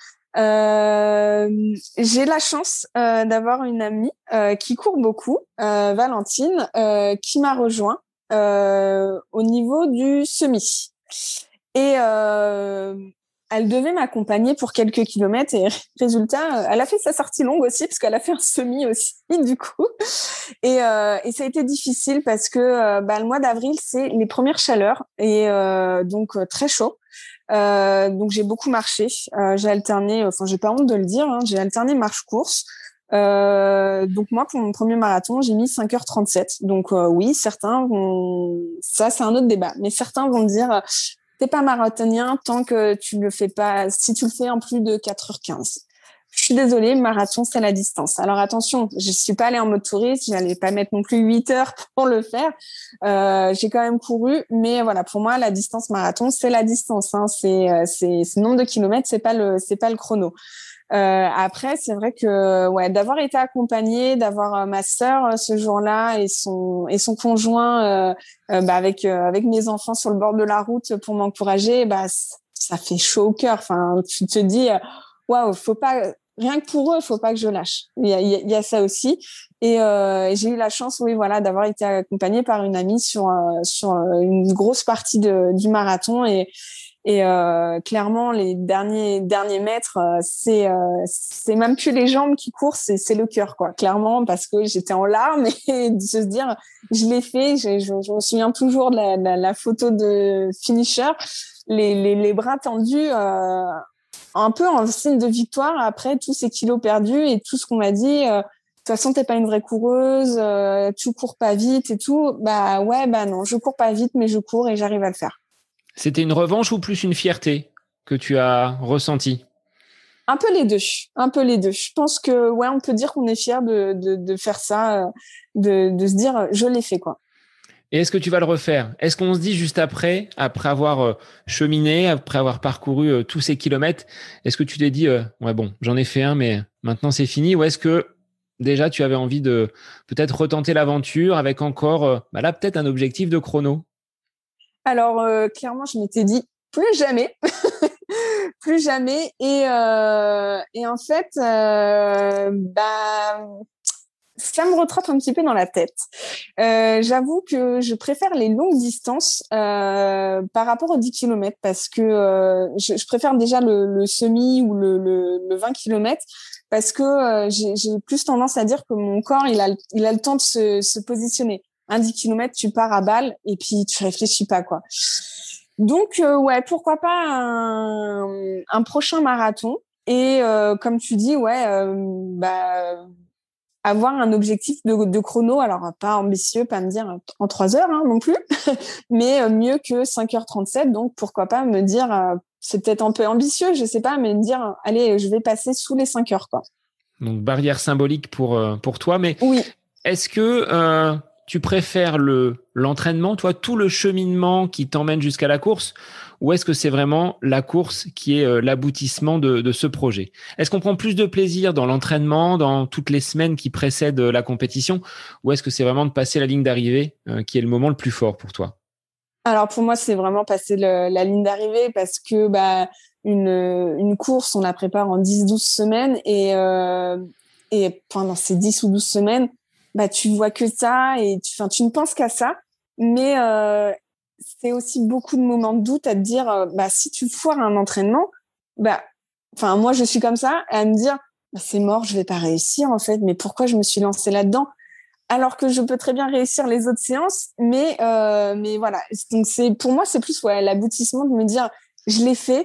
Euh, j'ai la chance euh, d'avoir une amie euh, qui court beaucoup, euh, Valentine, euh, qui m'a rejoint euh, au niveau du semi. Et euh, elle devait m'accompagner pour quelques kilomètres et résultat, elle a fait sa sortie longue aussi parce qu'elle a fait un semi aussi du coup. Et, euh, et ça a été difficile parce que euh, bah, le mois d'avril, c'est les premières chaleurs et euh, donc euh, très chaud. Euh, donc j'ai beaucoup marché. Euh, j'ai alterné, enfin j'ai pas honte de le dire, hein, j'ai alterné marche-course. Euh, donc moi pour mon premier marathon j'ai mis cinq heures trente-sept. Donc euh, oui, certains vont, ça c'est un autre débat, mais certains vont dire t'es pas marathonien tant que tu le fais pas, si tu le fais en plus de quatre heures quinze. Je suis désolée, le marathon, c'est la distance. Alors attention, je suis pas allée en mode touriste, j'allais pas mettre non plus huit heures pour le faire. Euh, j'ai quand même couru, mais voilà, pour moi, la distance marathon, c'est la distance. Hein. C'est, c'est, c'est le nombre de kilomètres, c'est pas le, c'est pas le chrono. Euh, après, c'est vrai que ouais, d'avoir été accompagnée, d'avoir euh, ma sœur euh, ce jour-là et son et son conjoint euh, euh, bah, avec euh, avec mes enfants sur le bord de la route pour m'encourager, bah ça fait chaud au cœur. Enfin, tu te dis waouh, wow, faut pas rien que pour eux, faut pas que je lâche. Il y a, il y a ça aussi. Et euh, j'ai eu la chance, oui, voilà, d'avoir été accompagnée par une amie sur euh, sur une grosse partie de, du marathon et Et euh, clairement, les derniers derniers mètres, euh, c'est euh, c'est même plus les jambes qui courent, c'est c'est le cœur, quoi. Clairement, parce que j'étais en larmes et de se dire, je l'ai fait. Je, je, je me souviens toujours de la, la, la photo de finisher, les les, les bras tendus, euh, un peu en signe de victoire après tous ces kilos perdus et tout ce qu'on m'a dit. Euh, de toute façon, t'es pas une vraie coureuse, euh, tu cours pas vite et tout. Bah ouais, bah non, je cours pas vite, mais je cours et j'arrive à le faire. C'était une revanche ou plus une fierté que tu as ressentie? Un peu les deux, un peu les deux. Je pense que ouais, on peut dire qu'on est fier de, de de faire ça, de de se dire je l'ai fait quoi. Et est-ce que tu vas le refaire? Est-ce qu'on se dit juste après, après avoir euh, cheminé, après avoir parcouru euh, tous ces kilomètres, est-ce que tu t'es dit euh, ouais bon, j'en ai fait un, mais maintenant c'est fini? Ou est-ce que déjà tu avais envie de peut-être retenter l'aventure avec encore, euh, bah là peut-être un objectif de chrono? Alors euh, clairement, je m'étais dit plus jamais, plus jamais. Et euh, et en fait, euh, bah ça me retrotte un petit peu dans la tête. Euh, j'avoue que je préfère les longues distances euh, par rapport aux dix kilomètres parce que euh, je, je préfère déjà le, le semi ou le, le, le vingt kilomètres parce que euh, j'ai, j'ai plus tendance à dire que mon corps, il a, il a le temps de se, se positionner. Un dix kilomètres, tu pars à balle et puis tu réfléchis pas, quoi. Donc, euh, ouais, pourquoi pas un, un prochain marathon. Et euh, comme tu dis, ouais, euh, bah avoir un objectif de, de chrono, alors pas ambitieux, pas me dire en trois heures hein, non plus, mais mieux que cinq heures trente-sept. Donc pourquoi pas me dire, euh, c'est peut-être un peu ambitieux, je sais pas, mais me dire, allez, je vais passer sous les cinq heures, quoi. Donc barrière symbolique pour euh, pour toi, mais Oui. est-ce que euh, tu préfères le l'entraînement, toi, tout le cheminement qui t'emmène jusqu'à la course, ou est-ce que c'est vraiment la course qui est euh, l'aboutissement de, de ce projet? Est-ce qu'on prend plus de plaisir dans l'entraînement, dans toutes les semaines qui précèdent la compétition, ou est-ce que c'est vraiment de passer la ligne d'arrivée euh, qui est le moment le plus fort pour toi? Alors pour moi, c'est vraiment passer le, la ligne d'arrivée parce que bah une une course, on la prépare en dix douze semaines et euh, et pendant ces dix ou douze semaines, bah tu vois que ça et tu enfin tu ne penses qu'à ça, mais euh, c'est aussi beaucoup de moments de doute à te dire euh, bah si tu foires un entraînement, bah enfin moi je suis comme ça à me dire bah, c'est mort, je vais pas réussir en fait, mais pourquoi je me suis lancée là-dedans? Alors que je peux très bien réussir les autres séances, mais euh, mais voilà. Donc c'est pour moi c'est plus ouais l'aboutissement de me dire je l'ai fait,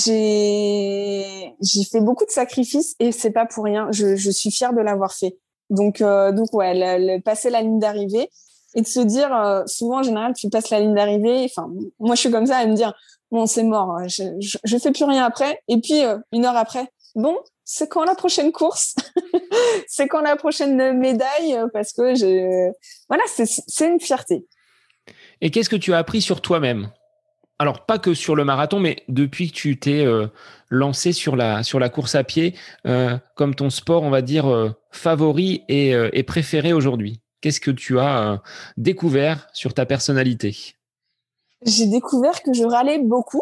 j'ai j'ai fait beaucoup de sacrifices et c'est pas pour rien. Je je suis fière de l'avoir fait. Donc euh, donc ouais le, le passer la ligne d'arrivée et de se dire euh, souvent en général tu passes la ligne d'arrivée. Enfin moi je suis comme ça à me dire bon c'est mort, je je, je fais plus rien après et puis euh, une heure après bon c'est quand la prochaine course? C'est quand la prochaine médaille? Parce que je, voilà, c'est, c'est une fierté. Et qu'est-ce que tu as appris sur toi-même? Alors, pas que sur le marathon, mais depuis que tu t'es euh, lancé sur la, sur la course à pied, euh, comme ton sport, on va dire, euh, favori et, euh, et préféré aujourd'hui. Qu'est-ce que tu as euh, découvert sur ta personnalité? J'ai découvert que je râlais beaucoup.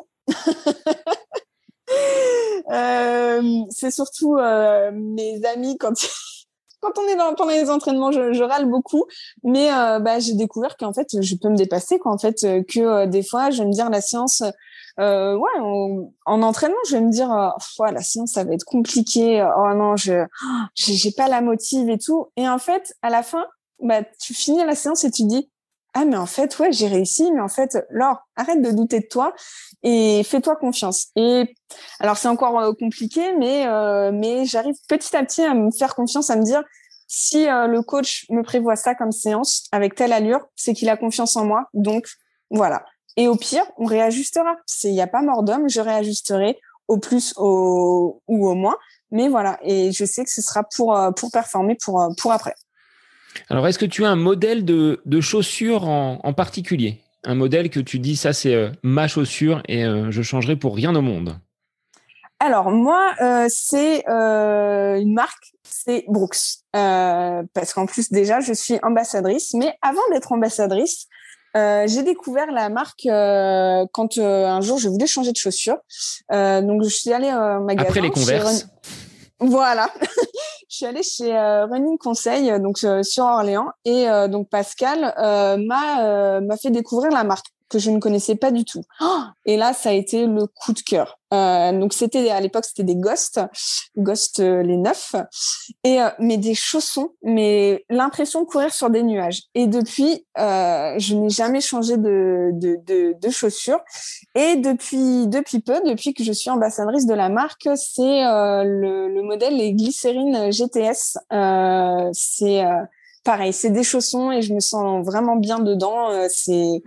euh, c'est surtout euh, mes amis quand quand on est dans, pendant les entraînements, je, je râle beaucoup. Mais euh, bah, j'ai découvert qu'en fait, je peux me dépasser, quoi. En fait, euh, que euh, des fois, je vais me dire la séance, euh, ouais, on, en entraînement, je vais me dire, euh, ouais, la séance, ça va être compliqué. Oh non, je, j'ai, j'ai pas la motive et tout. Et en fait, à la fin, bah, tu finis la séance et tu te dis, ah, mais en fait, ouais, j'ai réussi. Mais en fait, Laure, arrête de douter de toi et fais-toi confiance. Et alors, c'est encore euh, compliqué, mais, euh, mais j'arrive petit à petit à me faire confiance, à me dire, si euh, le coach me prévoit ça comme séance avec telle allure, c'est qu'il a confiance en moi. Donc, voilà. Et au pire, on réajustera. Il n'y a pas mort d'homme, je réajusterai au plus au, ou au moins. Mais voilà. Et je sais que ce sera pour, euh, pour performer pour, pour après. Alors, est-ce que tu as un modèle de, de chaussure en, en particulier? Un modèle que tu dis, ça, c'est euh, ma chaussure et euh, je changerai pour rien au monde. Alors, moi, euh, c'est euh, une marque, c'est Brooks. Euh, parce qu'en plus, déjà, je suis ambassadrice. Mais avant d'être ambassadrice, euh, j'ai découvert la marque euh, quand euh, un jour, je voulais changer de chaussures. Euh, donc, je suis allée au magasin. Après les Converse. Voilà. Je suis allée chez euh, Running Conseil, donc euh, sur Orléans, et euh, donc Pascal euh, m'a euh, m'a fait découvrir la marque que je ne connaissais pas du tout. Oh, et là, ça a été le coup de cœur. Euh, donc c'était à l'époque c'était des Ghost, Ghost euh, les neufs, et euh, mais des chaussons, mais l'impression de courir sur des nuages. Et depuis, euh, je n'ai jamais changé de, de de de chaussures. Et depuis depuis peu, depuis que je suis ambassadrice de la marque, c'est euh, le, le modèle les Glycérine G T S. Euh, c'est euh, pareil, c'est des chaussons et je me sens vraiment bien dedans. Euh, c'est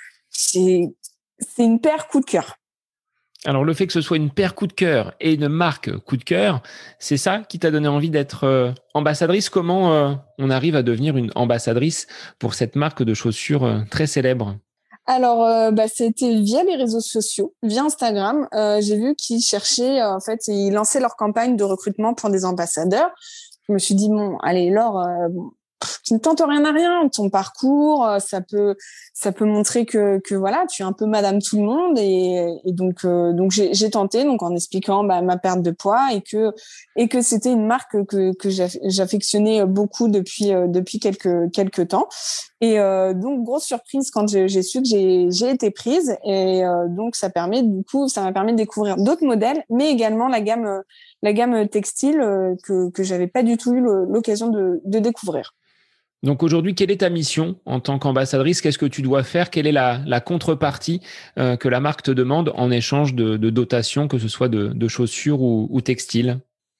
c'est c'est une paire coup de cœur. Alors, le fait que ce soit une paire coup de cœur et une marque coup de cœur, c'est ça qui t'a donné envie d'être euh, ambassadrice? Comment euh, on arrive à devenir une ambassadrice pour cette marque de chaussures euh, très célèbre? Alors, euh, bah, c'était via les réseaux sociaux, via Instagram. Euh, j'ai vu qu'ils cherchaient, euh, en fait, ils lançaient leur campagne de recrutement pour des ambassadeurs. Je me suis dit, bon, allez, Laure, euh, bon, tu ne tentes rien à rien. Ton parcours, euh, ça peut, ça peut montrer que, que voilà, tu es un peu Madame tout le monde. Et, et donc, euh, donc j'ai, j'ai tenté, donc en expliquant bah, ma perte de poids et que, et que c'était une marque que, que j'affectionnais beaucoup depuis, euh, depuis quelques, quelques temps. Et euh, donc grosse surprise quand j'ai, j'ai su que j'ai, j'ai été prise. Et euh, donc ça permet, du coup, ça m'a permis de découvrir d'autres modèles, mais également la gamme, la gamme textile euh, que que j'avais pas du tout eu l'occasion de, de découvrir. Donc aujourd'hui, quelle est ta mission en tant qu'ambassadrice? Qu'est-ce que tu dois faire? Quelle est la, la contrepartie euh, que la marque te demande en échange de, de dotation, que ce soit de, de chaussures ou, ou textiles?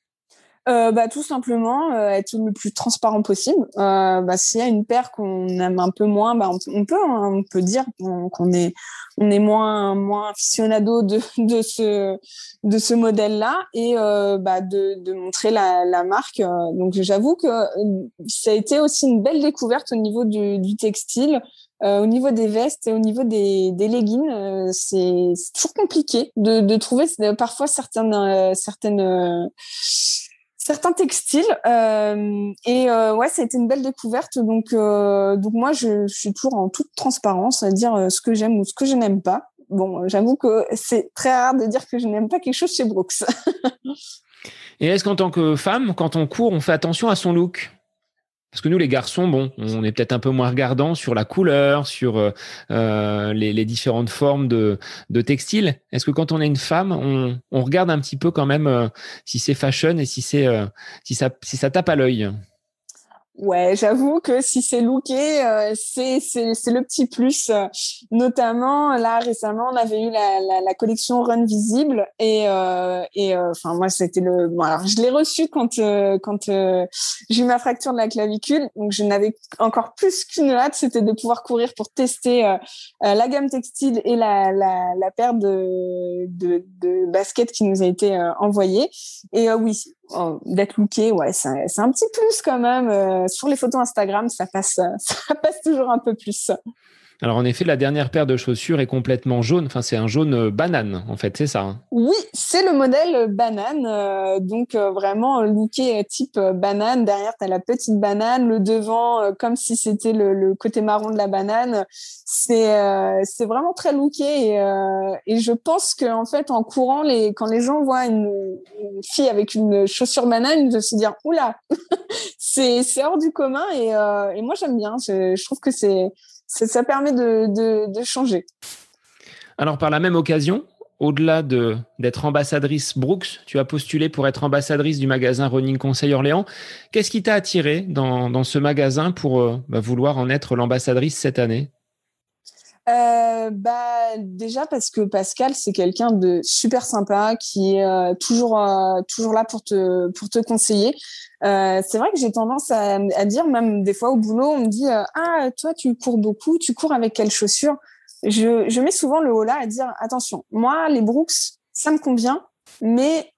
Euh, bah, tout simplement euh, être le plus transparent possible. Euh, bah, s'il y a une paire qu'on aime un peu moins, bah, on, on peut hein, on peut dire qu'on, qu'on est on est moins moins aficionado de de ce de ce modèle-là et euh, bah, de de montrer la la marque. Donc j'avoue que ça a été aussi une belle découverte au niveau du du textile. Euh, au niveau des vestes et au niveau des, des leggings, euh, c'est, c'est toujours compliqué de, de trouver parfois certaines euh, certaines euh, certains textiles euh, et euh, ouais, ça a été une belle découverte. Donc euh, donc moi je, je suis toujours en toute transparence à dire euh, ce que j'aime ou ce que je n'aime pas. Bon, j'avoue que c'est très rare de dire que je n'aime pas quelque chose chez Brooks. Et est-ce qu'en tant que femme, quand on court, on fait attention à son look? Parce que nous, les garçons, bon, on est peut-être un peu moins regardants sur la couleur, sur euh, les, les différentes formes de, de textiles. Est-ce que quand on est une femme, on, on regarde un petit peu quand même euh, si c'est fashion et si c'est euh, si ça si ça tape à l'œil? Ouais, j'avoue que si c'est looké, euh, c'est c'est c'est le petit plus. Euh, notamment là récemment, on avait eu la la, la collection Run Visible et euh, et enfin euh, moi c'était le bon alors je l'ai reçu quand euh, quand euh, j'ai eu ma fracture de la clavicule, donc je n'avais encore plus qu'une hâte, c'était de pouvoir courir pour tester euh, euh, la gamme textile et la la la paire de de de baskets qui nous a été euh, envoyée. Et euh, oui. Oh, d'être looké, ouais, c'est, c'est un petit plus quand même. Euh, sur les photos Instagram, ça passe, ça passe toujours un peu plus. Alors en effet, la dernière paire de chaussures est complètement jaune. Enfin, c'est un jaune banane, en fait, c'est ça, hein. Oui, c'est le modèle banane, euh, donc euh, vraiment looké type euh, banane. Derrière, tu as la petite banane, le devant euh, comme si c'était le, le côté marron de la banane. C'est euh, c'est vraiment très looké et, euh, et je pense que en fait en courant, les quand les gens voient une, une fille avec une chaussure banane, ils vont se dire oula, c'est c'est hors du commun et euh, et moi j'aime bien. Je, je trouve que c'est, c'est ça permet de de, de changer. Alors par la même occasion, au-delà de, d'être ambassadrice Brooks, tu as postulé pour être ambassadrice du magasin Running Conseil Orléans. Qu'est-ce qui t'a attiré dans, dans ce magasin pour euh, bah, vouloir en être l'ambassadrice cette année? Euh, bah déjà parce que Pascal c'est quelqu'un de super sympa qui est euh, toujours euh, toujours là pour te pour te conseiller. Euh, c'est vrai que j'ai tendance à, à dire même des fois au boulot on me dit euh, ah toi tu cours beaucoup, tu cours avec quelles chaussures? Je je mets souvent le haut là à dire attention, moi les Brooks ça me convient mais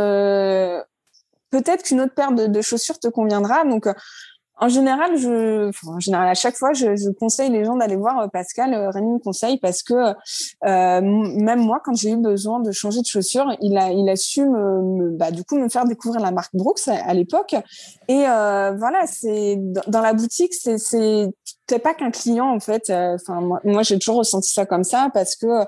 euh, peut-être qu'une autre paire de, de chaussures te conviendra donc en général, je, enfin, en général, à chaque fois, je, je conseille les gens d'aller voir Pascal euh, Running Conseil parce que euh, même moi, quand j'ai eu besoin de changer de chaussures, il a, il a su me, me bah, du coup, me faire découvrir la marque Brooks à, à l'époque. Et euh, voilà, c'est dans, dans la boutique, c'est, c'est, t'es pas qu'un client en fait. Enfin, moi, moi, j'ai toujours ressenti ça comme ça parce que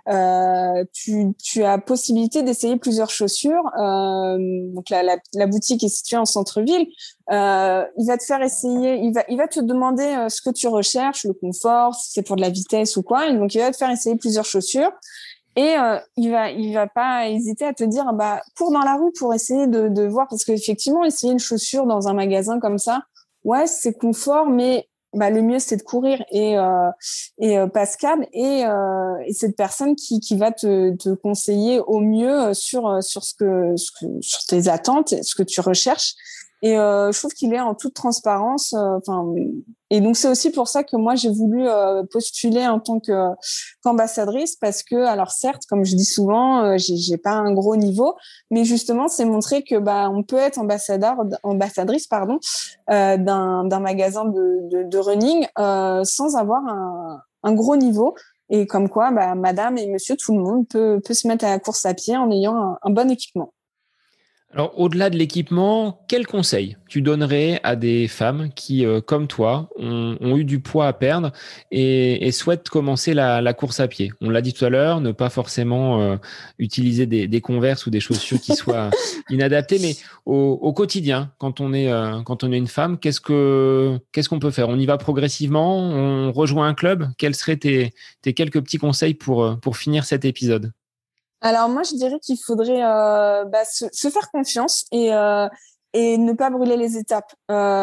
euh, tu, tu as possibilité d'essayer plusieurs chaussures. Euh, donc la, la, la boutique est située en centre-ville. Euh, il va te faire essayer, il va, il va te demander euh, ce que tu recherches, le confort, si c'est pour de la vitesse ou quoi. Et donc, il va te faire essayer plusieurs chaussures. Et euh, il va, il va pas hésiter à te dire, bah, cours dans la rue pour essayer de, de voir, parce qu'effectivement, essayer une chaussure dans un magasin comme ça, ouais, c'est confort, mais bah, le mieux c'est de courir. Et euh, et euh, Pascal est, euh, est cette personne qui qui va te, te conseiller au mieux sur sur ce que, ce que sur tes attentes, ce que tu recherches. Et euh, je trouve qu'il est en toute transparence. Enfin, euh, et donc c'est aussi pour ça que moi j'ai voulu euh, postuler en tant que qu'ambassadrice parce que, alors certes, comme je dis souvent, euh, j'ai, j'ai pas un gros niveau, mais justement c'est montrer que bah on peut être ambassadeur, ambassadrice pardon, euh, d'un d'un magasin de de, de running euh, sans avoir un un gros niveau. Et comme quoi, bah, madame et monsieur, tout le monde peut peut se mettre à la course à pied en ayant un, un bon équipement. Alors, au-delà de l'équipement, quels conseils tu donnerais à des femmes qui, euh, comme toi, ont, ont eu du poids à perdre et, et souhaitent commencer la, la course à pied? On l'a dit tout à l'heure, ne pas forcément euh, utiliser des, des Converse ou des chaussures qui soient inadaptées, mais au, au quotidien, quand on est euh, quand on est une femme, qu'est-ce que qu'est-ce qu'on peut faire? On y va progressivement? On rejoint un club? Quels seraient tes, tes quelques petits conseils pour pour finir cet épisode? Alors moi, je dirais qu'il faudrait euh, bah, se, se faire confiance et euh, et ne pas brûler les étapes.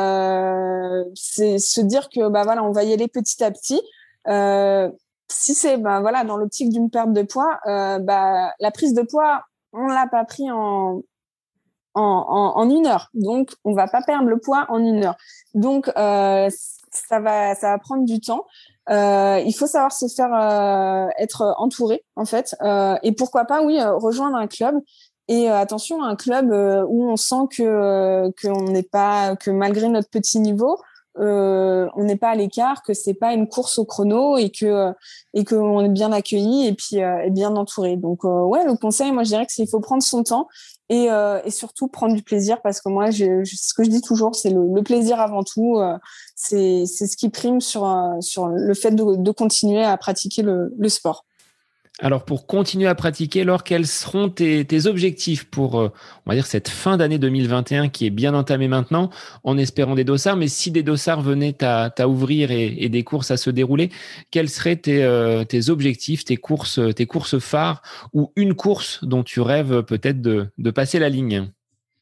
Euh, c'est se dire que bah voilà, on va y aller petit à petit. Euh, si c'est bah voilà dans l'optique d'une perte de poids, euh, bah la prise de poids, on l'a pas pris en en, en en une heure, donc on va pas perdre le poids en une heure. Donc euh, ça va ça va prendre du temps. Euh, il faut savoir se faire euh, être entouré en fait, euh, et pourquoi pas oui euh, rejoindre un club. Et euh, attention, un club euh, où on sent que euh, qu'on n'est pas que malgré notre petit niveau, euh, on n'est pas à l'écart, que c'est pas une course au chrono et que et qu'on est bien accueilli et puis euh, et bien entouré. Donc euh, ouais, le conseil, moi je dirais que c'est il faut prendre son temps et euh, et surtout prendre du plaisir parce que moi je, je ce que je dis toujours, c'est le, le plaisir avant tout. Euh, c'est c'est ce qui prime sur euh, sur le fait de, de continuer à pratiquer le, le sport. Alors, pour continuer à pratiquer, Laure, quels seront tes, tes objectifs pour, euh, on va dire, cette fin d'année deux mille vingt et un qui est bien entamée maintenant, en espérant des dossards. Mais si des dossards venaient à, à ouvrir et, et des courses à se dérouler, quels seraient tes, euh, tes objectifs, tes courses, tes courses phares ou une course dont tu rêves peut-être de, de passer la ligne?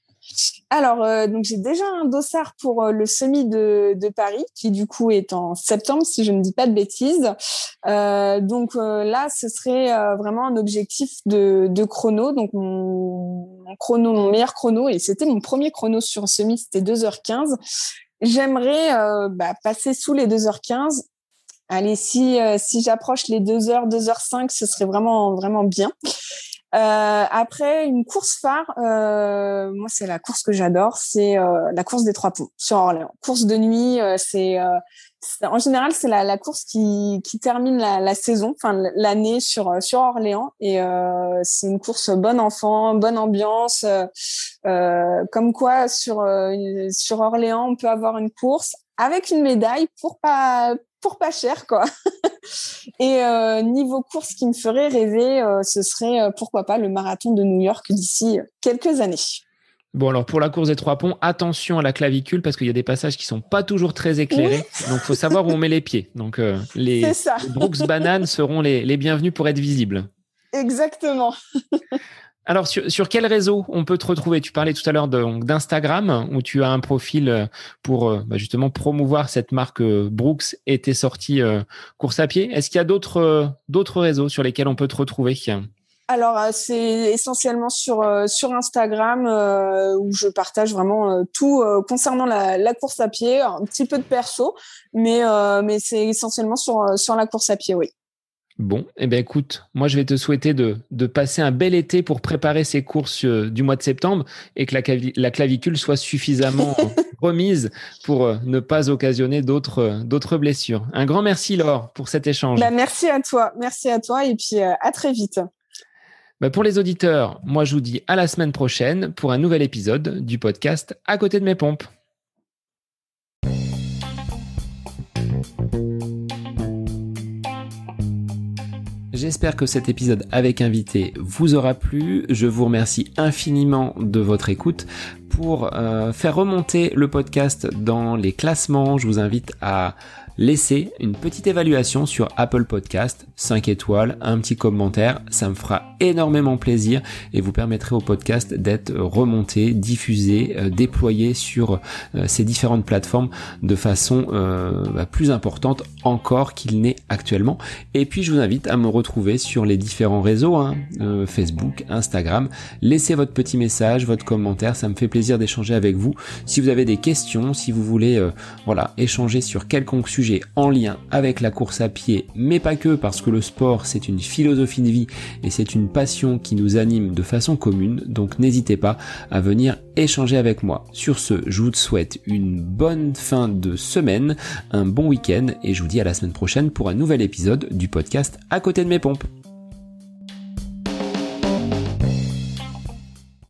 Alors, euh, donc j'ai déjà un dossard pour euh, le semi de, de Paris, qui du coup est en septembre, si je ne dis pas de bêtises. Euh, donc euh, là, ce serait euh, vraiment un objectif de, de chrono. Donc mon, mon chrono, mon meilleur chrono, et c'était mon premier chrono sur un semi, c'était deux heures quinze. J'aimerais euh, bah, passer sous les deux heures quinze. Allez, si euh, si j'approche les deux heures, deux heures cinq, ce serait vraiment vraiment bien. Euh, après, une course phare, euh, moi c'est la course que j'adore, c'est euh, la course des Trois Ponts sur Orléans. Course de nuit, euh, c'est euh, En général, c'est la, la course qui, qui termine la, la saison, enfin l'année sur sur Orléans, et euh, c'est une course bon enfant, bonne ambiance. Euh, comme quoi, sur euh, sur Orléans, on peut avoir une course avec une médaille pour pas pour pas cher, quoi. Et euh, niveau course qui me ferait rêver, euh, ce serait euh, pourquoi pas le marathon de New York d'ici quelques années. Bon, alors pour la course des Trois Ponts, attention à la clavicule parce qu'il y a des passages qui sont pas toujours très éclairés. Oui. Donc, il faut savoir où on met les pieds. Donc, euh, les, les Brooks Bananes seront les, les bienvenus pour être visibles. Exactement. Alors, sur, sur quel réseau on peut te retrouver ? Tu parlais tout à l'heure de, d'Instagram où tu as un profil pour bah, justement promouvoir cette marque Brooks et tes sorties euh, course à pied. Est-ce qu'il y a d'autres, euh, d'autres réseaux sur lesquels on peut te retrouver ? Alors, c'est essentiellement sur euh, sur Instagram euh, où je partage vraiment euh, tout euh, concernant la, la course à pied, un petit peu de perso, mais euh, mais c'est essentiellement sur sur la course à pied, oui. Bon, eh bien écoute, moi je vais te souhaiter de de passer un bel été pour préparer ces courses euh, du mois de septembre et que la, clavi- la clavicule soit suffisamment remise pour euh, ne pas occasionner d'autres euh, d'autres blessures. Un grand merci Laure pour cet échange. Bah, merci à toi, merci à toi et puis euh, à très vite. Bah pour les auditeurs, moi je vous dis à la semaine prochaine pour un nouvel épisode du podcast À côté de mes pompes. J'espère que cet épisode avec invité vous aura plu. Je vous remercie infiniment de votre écoute. Pour euh, faire remonter le podcast dans les classements, je vous invite à laisser une petite évaluation sur Apple Podcast, cinq étoiles, un petit commentaire, ça me fera énormément plaisir et vous permettrez au podcast d'être remonté, diffusé, euh, déployé sur euh, ces différentes plateformes de façon euh, bah, plus importante encore qu'il n'est actuellement. Et puis je vous invite à me retrouver sur les différents réseaux, hein, euh, Facebook, Instagram. Laissez votre petit message, votre commentaire, ça me fait plaisir d'échanger avec vous. Si vous avez des questions, si vous voulez euh, voilà, échanger sur quelconque sujet en lien avec la course à pied, mais pas que, parce que le sport c'est une philosophie de vie et c'est une passion qui nous anime de façon commune, donc n'hésitez pas à venir échanger avec moi. Sur ce, je vous souhaite une bonne fin de semaine, un bon week-end et je vous dis à la semaine prochaine pour un nouvel épisode du podcast À côté de mes pompes.